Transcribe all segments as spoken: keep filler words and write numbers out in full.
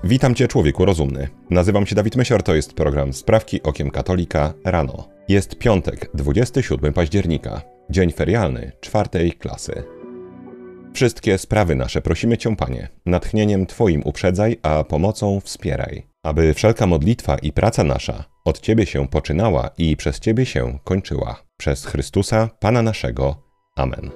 Witam Cię, człowieku rozumny. Nazywam się Dawid Mysior, to jest program Sprawki Okiem Katolika rano. Jest piątek, dwudziestego siódmego października, dzień ferialny czwartej klasy. Wszystkie sprawy nasze prosimy Cię, Panie, natchnieniem Twoim uprzedzaj, a pomocą wspieraj, aby wszelka modlitwa i praca nasza od Ciebie się poczynała i przez Ciebie się kończyła. Przez Chrystusa, Pana naszego. Amen.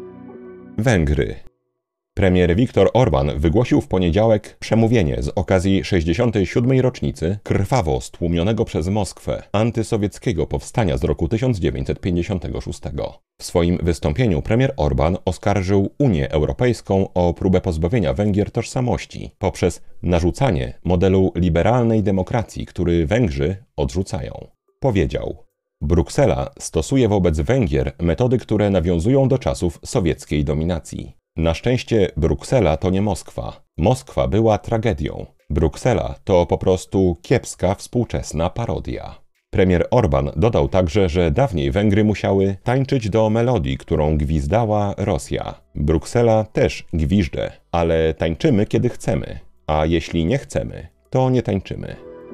Węgry. Premier Viktor Orban wygłosił w poniedziałek przemówienie z okazji sześćdziesiątej siódmej rocznicy krwawo stłumionego przez Moskwę antysowieckiego powstania z roku tysiąc dziewięćset pięćdziesiątego szóstego. W swoim wystąpieniu premier Orban oskarżył Unię Europejską o próbę pozbawienia Węgier tożsamości poprzez narzucanie modelu liberalnej demokracji, który Węgrzy odrzucają. Powiedział: Bruksela stosuje wobec Węgier metody, które nawiązują do czasów sowieckiej dominacji. Na szczęście Bruksela to nie Moskwa. Moskwa była tragedią. Bruksela to po prostu kiepska współczesna parodia. Premier Orban dodał także, że dawniej Węgry musiały tańczyć do melodii, którą gwizdała Rosja. Bruksela też gwiżdże, ale tańczymy kiedy chcemy, a jeśli nie chcemy, to nie tańczymy.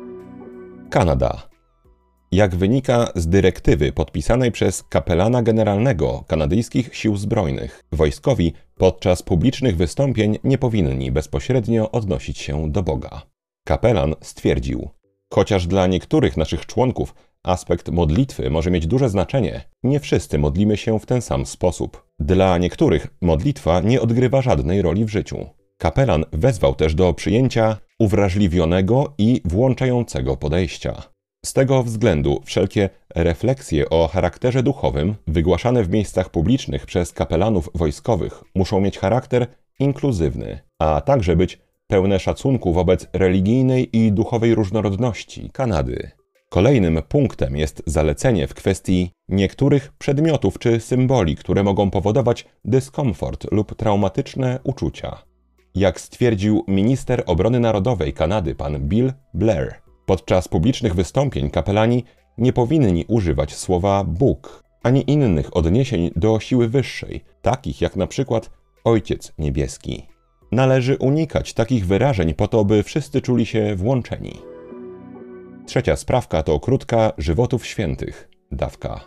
Kanada. Jak wynika z dyrektywy podpisanej przez kapelana generalnego kanadyjskich sił zbrojnych, wojskowi podczas publicznych wystąpień nie powinni bezpośrednio odnosić się do Boga. Kapelan stwierdził: chociaż dla niektórych naszych członków aspekt modlitwy może mieć duże znaczenie, nie wszyscy modlimy się w ten sam sposób. Dla niektórych modlitwa nie odgrywa żadnej roli w życiu. Kapelan wezwał też do przyjęcia uwrażliwionego i włączającego podejścia. Z tego względu wszelkie refleksje o charakterze duchowym wygłaszane w miejscach publicznych przez kapelanów wojskowych muszą mieć charakter inkluzywny, a także być pełne szacunku wobec religijnej i duchowej różnorodności Kanady. Kolejnym punktem jest zalecenie w kwestii niektórych przedmiotów czy symboli, które mogą powodować dyskomfort lub traumatyczne uczucia. Jak stwierdził minister obrony narodowej Kanady pan Bill Blair, podczas publicznych wystąpień kapelani nie powinni używać słowa Bóg, ani innych odniesień do siły wyższej, takich jak na przykład Ojciec Niebieski. Należy unikać takich wyrażeń po to, by wszyscy czuli się włączeni. Trzecia sprawka to krótka żywotów świętych, dawka.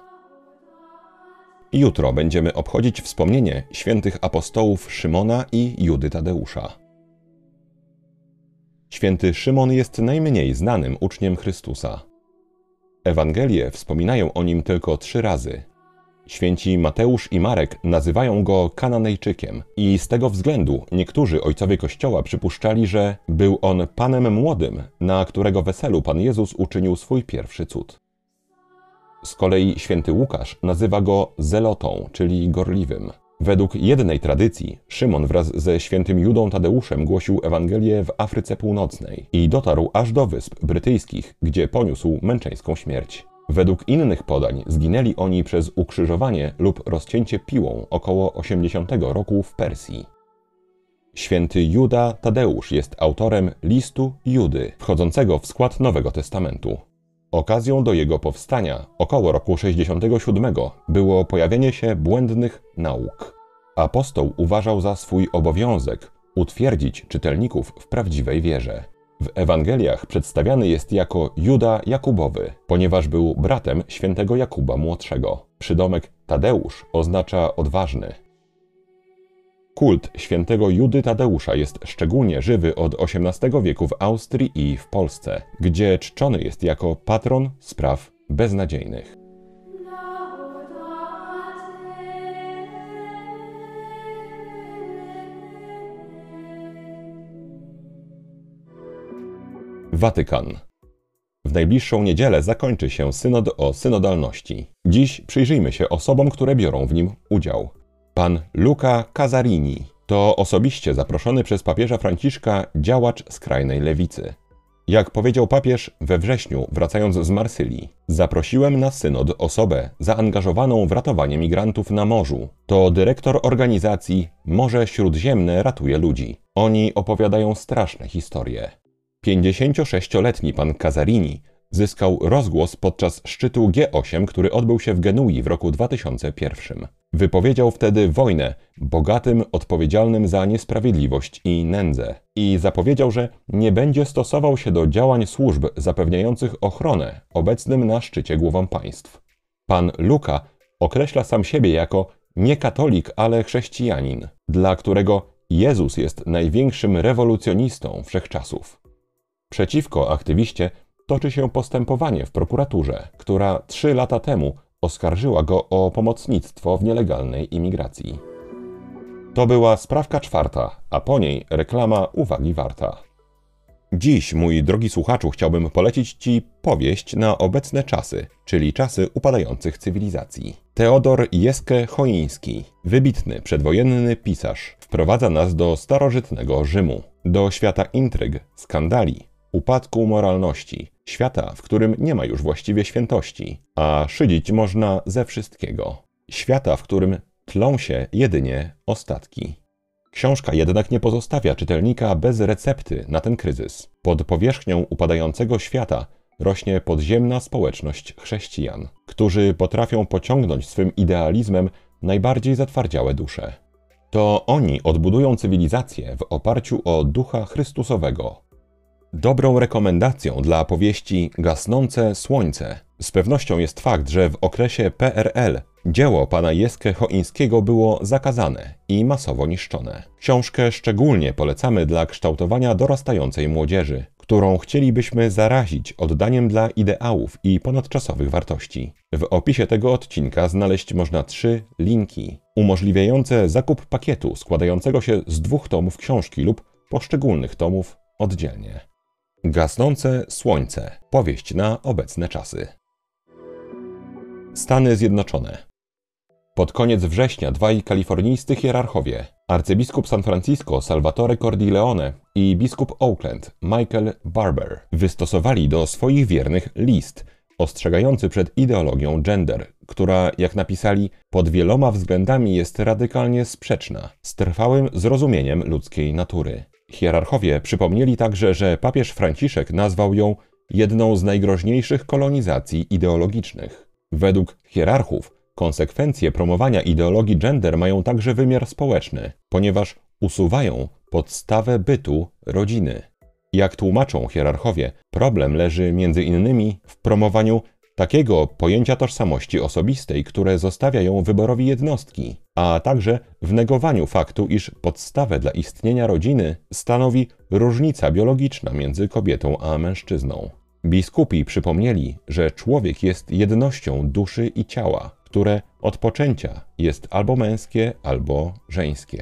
Jutro będziemy obchodzić wspomnienie świętych apostołów Szymona i Judy Tadeusza. Święty Szymon jest najmniej znanym uczniem Chrystusa. Ewangelie wspominają o nim tylko trzy razy. Święci Mateusz i Marek nazywają go Kananejczykiem i z tego względu niektórzy ojcowie Kościoła przypuszczali, że był on panem młodym, na którego weselu Pan Jezus uczynił swój pierwszy cud. Z kolei święty Łukasz nazywa go zelotą, czyli gorliwym. Według jednej tradycji Szymon wraz ze świętym Judą Tadeuszem głosił Ewangelię w Afryce Północnej i dotarł aż do Wysp Brytyjskich, gdzie poniósł męczeńską śmierć. Według innych podań zginęli oni przez ukrzyżowanie lub rozcięcie piłą około osiemdziesiątego roku w Persji. Święty Juda Tadeusz jest autorem listu Judy, wchodzącego w skład Nowego Testamentu. Okazją do jego powstania około roku sześćdziesiątego siódmego było pojawienie się błędnych nauk. Apostoł uważał za swój obowiązek utwierdzić czytelników w prawdziwej wierze. W Ewangeliach przedstawiany jest jako Juda Jakubowy, ponieważ był bratem świętego Jakuba Młodszego. Przydomek Tadeusz oznacza odważny. Kult świętego Judy Tadeusza jest szczególnie żywy od osiemnastego wieku w Austrii i w Polsce, gdzie czczony jest jako patron spraw beznadziejnych. Watykan. W najbliższą niedzielę zakończy się synod o synodalności. Dziś przyjrzyjmy się osobom, które biorą w nim udział. Pan Luca Casarini to osobiście zaproszony przez papieża Franciszka działacz skrajnej lewicy. Jak powiedział papież we wrześniu, wracając z Marsylii: zaprosiłem na synod osobę zaangażowaną w ratowanie migrantów na morzu. To dyrektor organizacji Morze Śródziemne ratuje ludzi. Oni opowiadają straszne historie. pięćdziesięciosześcioletni pan Casarini zyskał rozgłos podczas szczytu G osiem, który odbył się w Genui w roku dwa tysiące pierwszym. Wypowiedział wtedy wojnę bogatym, odpowiedzialnym za niesprawiedliwość i nędzę i zapowiedział, że nie będzie stosował się do działań służb zapewniających ochronę obecnym na szczycie głowom państw. Pan Luka określa sam siebie jako nie katolik, ale chrześcijanin, dla którego Jezus jest największym rewolucjonistą wszechczasów. Przeciwko aktywiście toczy się postępowanie w prokuraturze, która trzy lata temu oskarżyła go o pomocnictwo w nielegalnej imigracji. To była sprawka czwarta, a po niej reklama uwagi warta. Dziś, mój drogi słuchaczu, chciałbym polecić Ci powieść na obecne czasy, czyli czasy upadających cywilizacji. Teodor Jeske-Choiński, wybitny przedwojenny pisarz, wprowadza nas do starożytnego Rzymu, do świata intryg, skandali, upadku moralności, świata, w którym nie ma już właściwie świętości, a szydzić można ze wszystkiego. Świata, w którym tlą się jedynie ostatki. Książka jednak nie pozostawia czytelnika bez recepty na ten kryzys. Pod powierzchnią upadającego świata rośnie podziemna społeczność chrześcijan, którzy potrafią pociągnąć swym idealizmem najbardziej zatwardziałe dusze. To oni odbudują cywilizację w oparciu o Ducha Chrystusowego. Dobrą rekomendacją dla powieści Gasnące słońce z pewnością jest fakt, że w okresie P R L dzieło pana Jeske-Choińskiego było zakazane i masowo niszczone. Książkę szczególnie polecamy dla kształtowania dorastającej młodzieży, którą chcielibyśmy zarazić oddaniem dla ideałów i ponadczasowych wartości. W opisie tego odcinka znaleźć można trzy linki umożliwiające zakup pakietu składającego się z dwóch tomów książki lub poszczególnych tomów oddzielnie. Gasnące słońce. Powieść na obecne czasy. Stany Zjednoczone. Pod koniec września dwaj kalifornijscy hierarchowie, arcybiskup San Francisco Salvatore Cordileone i biskup Oakland Michael Barber, wystosowali do swoich wiernych list ostrzegający przed ideologią gender, która, jak napisali, pod wieloma względami jest radykalnie sprzeczna z trwałym zrozumieniem ludzkiej natury. Hierarchowie przypomnieli także, że papież Franciszek nazwał ją jedną z najgroźniejszych kolonizacji ideologicznych. Według hierarchów konsekwencje promowania ideologii gender mają także wymiar społeczny, ponieważ usuwają podstawę bytu rodziny. Jak tłumaczą hierarchowie, problem leży między innymi w promowaniu takiego pojęcia tożsamości osobistej, które zostawia ją wyborowi jednostki, a także w negowaniu faktu, iż podstawę dla istnienia rodziny stanowi różnica biologiczna między kobietą a mężczyzną. Biskupi przypomnieli, że człowiek jest jednością duszy i ciała, które od poczęcia jest albo męskie, albo żeńskie.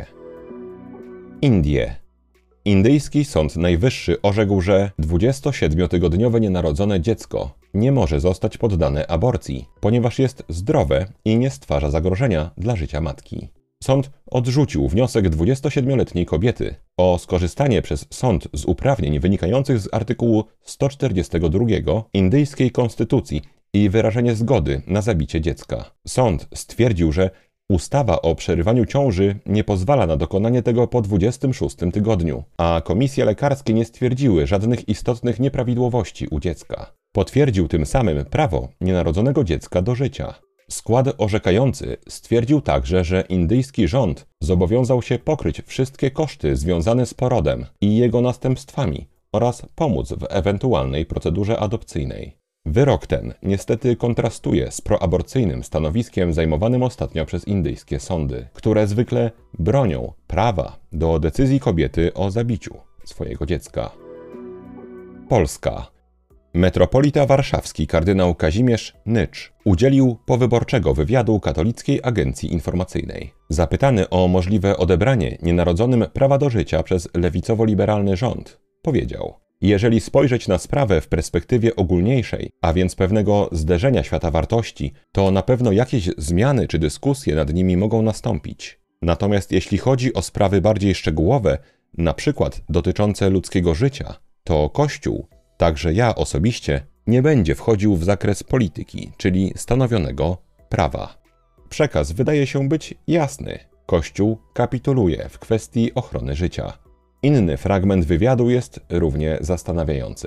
Indie. Indyjski Sąd Najwyższy orzekł, że dwudziestosiedmiotygodniowe nienarodzone dziecko nie może zostać poddane aborcji, ponieważ jest zdrowe i nie stwarza zagrożenia dla życia matki. Sąd odrzucił wniosek dwudziestosiedmioletniej kobiety o skorzystanie przez sąd z uprawnień wynikających z artykułu sto czterdziestego drugiego indyjskiej konstytucji i wyrażenie zgody na zabicie dziecka. Sąd stwierdził, że ustawa o przerywaniu ciąży nie pozwala na dokonanie tego po dwudziestym szóstym tygodniu, a komisje lekarskie nie stwierdziły żadnych istotnych nieprawidłowości u dziecka. Potwierdził tym samym prawo nienarodzonego dziecka do życia. Skład orzekający stwierdził także, że indyjski rząd zobowiązał się pokryć wszystkie koszty związane z porodem i jego następstwami oraz pomóc w ewentualnej procedurze adopcyjnej. Wyrok ten niestety kontrastuje z proaborcyjnym stanowiskiem zajmowanym ostatnio przez indyjskie sądy, które zwykle bronią prawa do decyzji kobiety o zabiciu swojego dziecka. Polska. Metropolita warszawski kardynał Kazimierz Nycz udzielił powyborczego wywiadu Katolickiej Agencji Informacyjnej. Zapytany o możliwe odebranie nienarodzonym prawa do życia przez lewicowo-liberalny rząd, powiedział: jeżeli spojrzeć na sprawę w perspektywie ogólniejszej, a więc pewnego zderzenia świata wartości, to na pewno jakieś zmiany czy dyskusje nad nimi mogą nastąpić. Natomiast jeśli chodzi o sprawy bardziej szczegółowe, na przykład dotyczące ludzkiego życia, to Kościół, także ja osobiście, nie będzie wchodził w zakres polityki, czyli stanowionego prawa. Przekaz wydaje się być jasny. Kościół kapituluje w kwestii ochrony życia. Inny fragment wywiadu jest równie zastanawiający.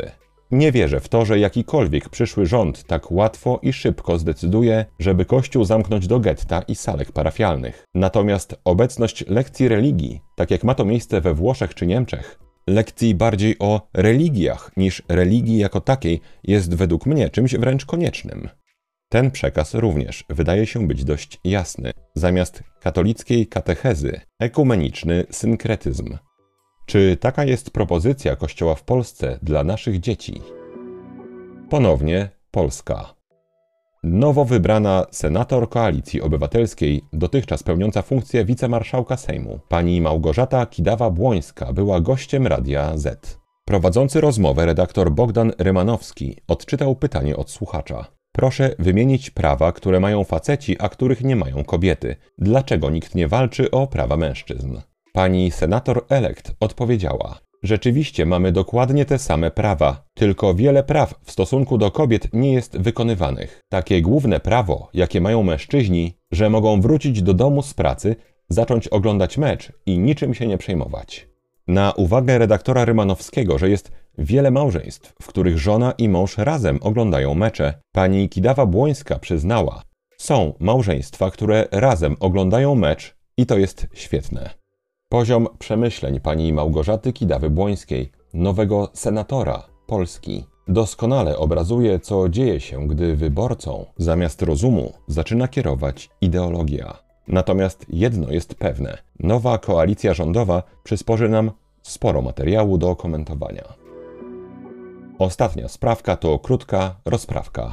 Nie wierzę w to, że jakikolwiek przyszły rząd tak łatwo i szybko zdecyduje, żeby Kościół zamknąć do getta i salek parafialnych. Natomiast obecność lekcji religii, tak jak ma to miejsce we Włoszech czy Niemczech, lekcji bardziej o religiach niż religii jako takiej, jest według mnie czymś wręcz koniecznym. Ten przekaz również wydaje się być dość jasny. Zamiast katolickiej katechezy, ekumeniczny synkretyzm. Czy taka jest propozycja Kościoła w Polsce dla naszych dzieci? Ponownie Polska. Nowo wybrana senator Koalicji Obywatelskiej, dotychczas pełniąca funkcję wicemarszałka Sejmu, pani Małgorzata Kidawa-Błońska była gościem Radia Z. Prowadzący rozmowę redaktor Bogdan Rymanowski odczytał pytanie od słuchacza. Proszę wymienić prawa, które mają faceci, a których nie mają kobiety. Dlaczego nikt nie walczy o prawa mężczyzn? Pani senator elekt odpowiedziała: rzeczywiście mamy dokładnie te same prawa, tylko wiele praw w stosunku do kobiet nie jest wykonywanych. Takie główne prawo, jakie mają mężczyźni, że mogą wrócić do domu z pracy, zacząć oglądać mecz i niczym się nie przejmować. Na uwagę redaktora Rymanowskiego, że jest wiele małżeństw, w których żona i mąż razem oglądają mecze, pani Kidawa-Błońska przyznała: są małżeństwa, które razem oglądają mecz i to jest świetne. Poziom przemyśleń pani Małgorzaty Kidawy-Błońskiej, nowego senatora Polski, doskonale obrazuje, co dzieje się, gdy wyborcą zamiast rozumu zaczyna kierować ideologia. Natomiast jedno jest pewne, nowa koalicja rządowa przysporzy nam sporo materiału do komentowania. Ostatnia sprawka to krótka rozprawka.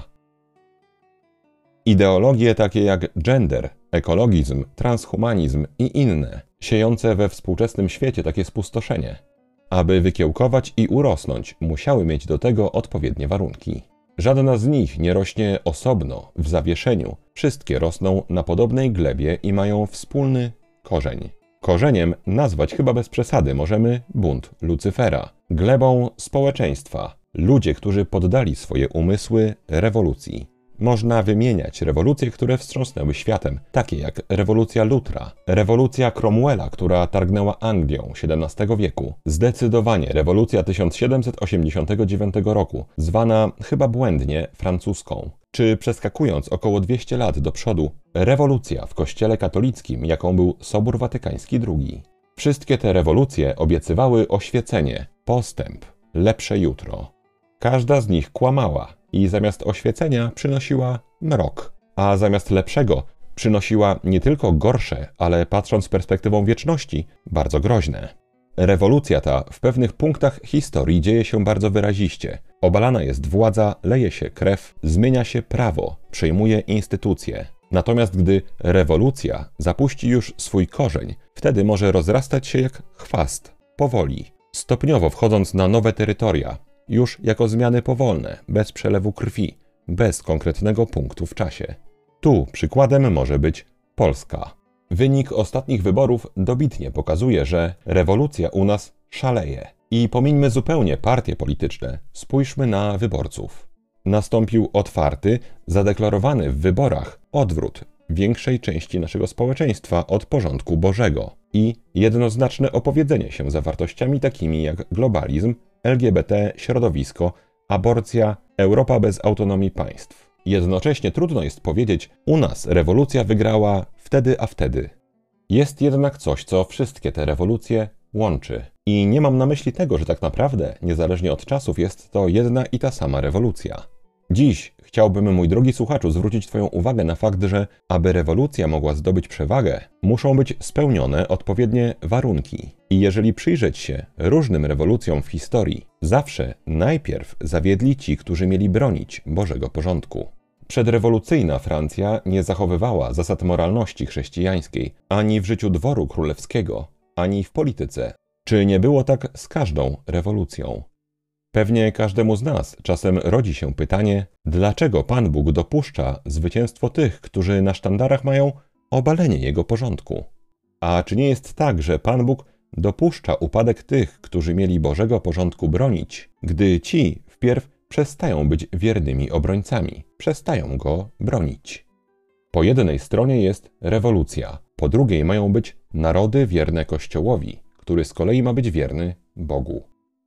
Ideologie takie jak gender, ekologizm, transhumanizm i inne, siejące we współczesnym świecie takie spustoszenie, aby wykiełkować i urosnąć, musiały mieć do tego odpowiednie warunki. Żadna z nich nie rośnie osobno, w zawieszeniu. Wszystkie rosną na podobnej glebie i mają wspólny korzeń. Korzeniem nazwać chyba bez przesady możemy bunt Lucyfera. Glebą społeczeństwa. Ludzie, którzy poddali swoje umysły rewolucji. Można wymieniać rewolucje, które wstrząsnęły światem, takie jak rewolucja Lutra, rewolucja Cromwella, która targnęła Anglią siedemnastego wieku, zdecydowanie rewolucja tysiąc siedemset osiemdziesiątego dziewiątego roku, zwana chyba błędnie francuską, czy przeskakując około dwieście lat do przodu, rewolucja w Kościele katolickim, jaką był Sobór Watykański drugi. Wszystkie te rewolucje obiecywały oświecenie, postęp, lepsze jutro. Każda z nich kłamała i zamiast oświecenia przynosiła mrok, a zamiast lepszego przynosiła nie tylko gorsze, ale patrząc perspektywą wieczności, bardzo groźne. Rewolucja ta w pewnych punktach historii dzieje się bardzo wyraziście. Obalana jest władza, leje się krew, zmienia się prawo, przejmuje instytucje. Natomiast gdy rewolucja zapuści już swój korzeń, wtedy może rozrastać się jak chwast, powoli, stopniowo wchodząc na nowe terytoria, już jako zmiany powolne, bez przelewu krwi, bez konkretnego punktu w czasie. Tu przykładem może być Polska. Wynik ostatnich wyborów dobitnie pokazuje, że rewolucja u nas szaleje. I pomińmy zupełnie partie polityczne, spójrzmy na wyborców. Nastąpił otwarty, zadeklarowany w wyborach odwrót większej części naszego społeczeństwa od porządku Bożego i jednoznaczne opowiedzenie się za wartościami takimi jak globalizm, L G B T, środowisko, aborcja, Europa bez autonomii państw. Jednocześnie trudno jest powiedzieć, u nas rewolucja wygrała wtedy a wtedy. Jest jednak coś, co wszystkie te rewolucje łączy. I nie mam na myśli tego, że tak naprawdę, niezależnie od czasów, jest to jedna i ta sama rewolucja. Dziś chciałbym, mój drogi słuchaczu, zwrócić Twoją uwagę na fakt, że aby rewolucja mogła zdobyć przewagę, muszą być spełnione odpowiednie warunki. I jeżeli przyjrzeć się różnym rewolucjom w historii, zawsze najpierw zawiedli ci, którzy mieli bronić Bożego porządku. Przedrewolucyjna Francja nie zachowywała zasad moralności chrześcijańskiej ani w życiu dworu królewskiego, ani w polityce. Czy nie było tak z każdą rewolucją? Pewnie każdemu z nas czasem rodzi się pytanie, dlaczego Pan Bóg dopuszcza zwycięstwo tych, którzy na sztandarach mają obalenie Jego porządku? A czy nie jest tak, że Pan Bóg dopuszcza upadek tych, którzy mieli Bożego porządku bronić, gdy ci wpierw przestają być wiernymi obrońcami, przestają Go bronić? Po jednej stronie jest rewolucja, po drugiej mają być narody wierne Kościołowi, który z kolei ma być wierny Bogu.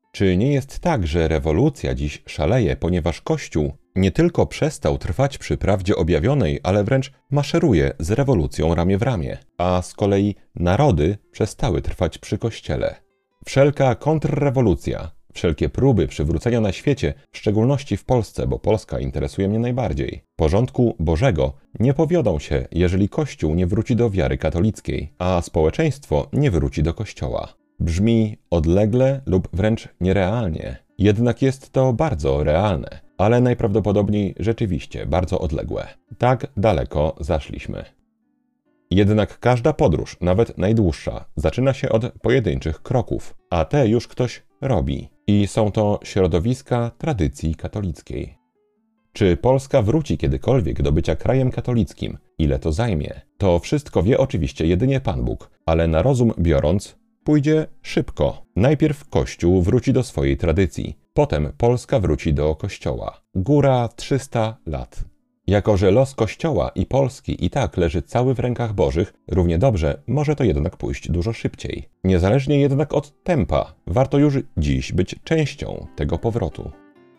Czy nie jest tak, że rewolucja dziś szaleje, ponieważ Kościół nie tylko przestał trwać przy prawdzie objawionej, ale wręcz maszeruje z rewolucją ramię w ramię, a z kolei narody przestały trwać przy Kościele? Wszelka kontrrewolucja, wszelkie próby przywrócenia na świecie, w szczególności w Polsce, bo Polska interesuje mnie najbardziej, porządku Bożego nie powiodą się, jeżeli Kościół nie wróci do wiary katolickiej, a społeczeństwo nie wróci do Kościoła. Brzmi odlegle lub wręcz nierealnie, jednak jest to bardzo realne, ale najprawdopodobniej rzeczywiście bardzo odległe. Tak daleko zaszliśmy. Jednak każda podróż, nawet najdłuższa, zaczyna się od pojedynczych kroków, a te już ktoś robi. I są to środowiska tradycji katolickiej. Czy Polska wróci kiedykolwiek do bycia krajem katolickim? Ile to zajmie? To wszystko wie oczywiście jedynie Pan Bóg, ale na rozum biorąc, pójdzie szybko. Najpierw Kościół wróci do swojej tradycji, potem Polska wróci do Kościoła. Góra trzysta lat. Jako że los Kościoła i Polski i tak leży cały w rękach Bożych, równie dobrze może to jednak pójść dużo szybciej. Niezależnie jednak od tempa, warto już dziś być częścią tego powrotu.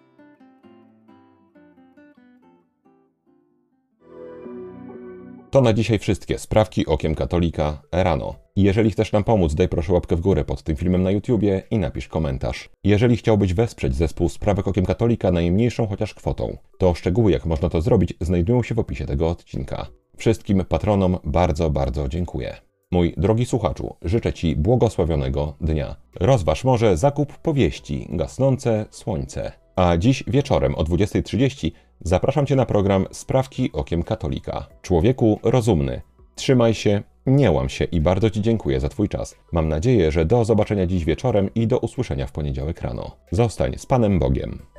To na dzisiaj wszystkie sprawki okiem katolika rano. Jeżeli chcesz nam pomóc, daj proszę łapkę w górę pod tym filmem na YouTubie i napisz komentarz. Jeżeli chciałbyś wesprzeć zespół Sprawek Okiem Katolika najmniejszą chociaż kwotą, to szczegóły, jak można to zrobić, znajdują się w opisie tego odcinka. Wszystkim patronom bardzo, bardzo dziękuję. Mój drogi słuchaczu, życzę Ci błogosławionego dnia. Rozważ może zakup powieści Gasnące Słońce. A dziś wieczorem o dwudziestej trzydzieści zapraszam Cię na program Sprawki Okiem Katolika. Człowieku rozumny, trzymaj się, nie łam się i bardzo Ci dziękuję za Twój czas. Mam nadzieję, że do zobaczenia dziś wieczorem i do usłyszenia w poniedziałek rano. Zostań z Panem Bogiem.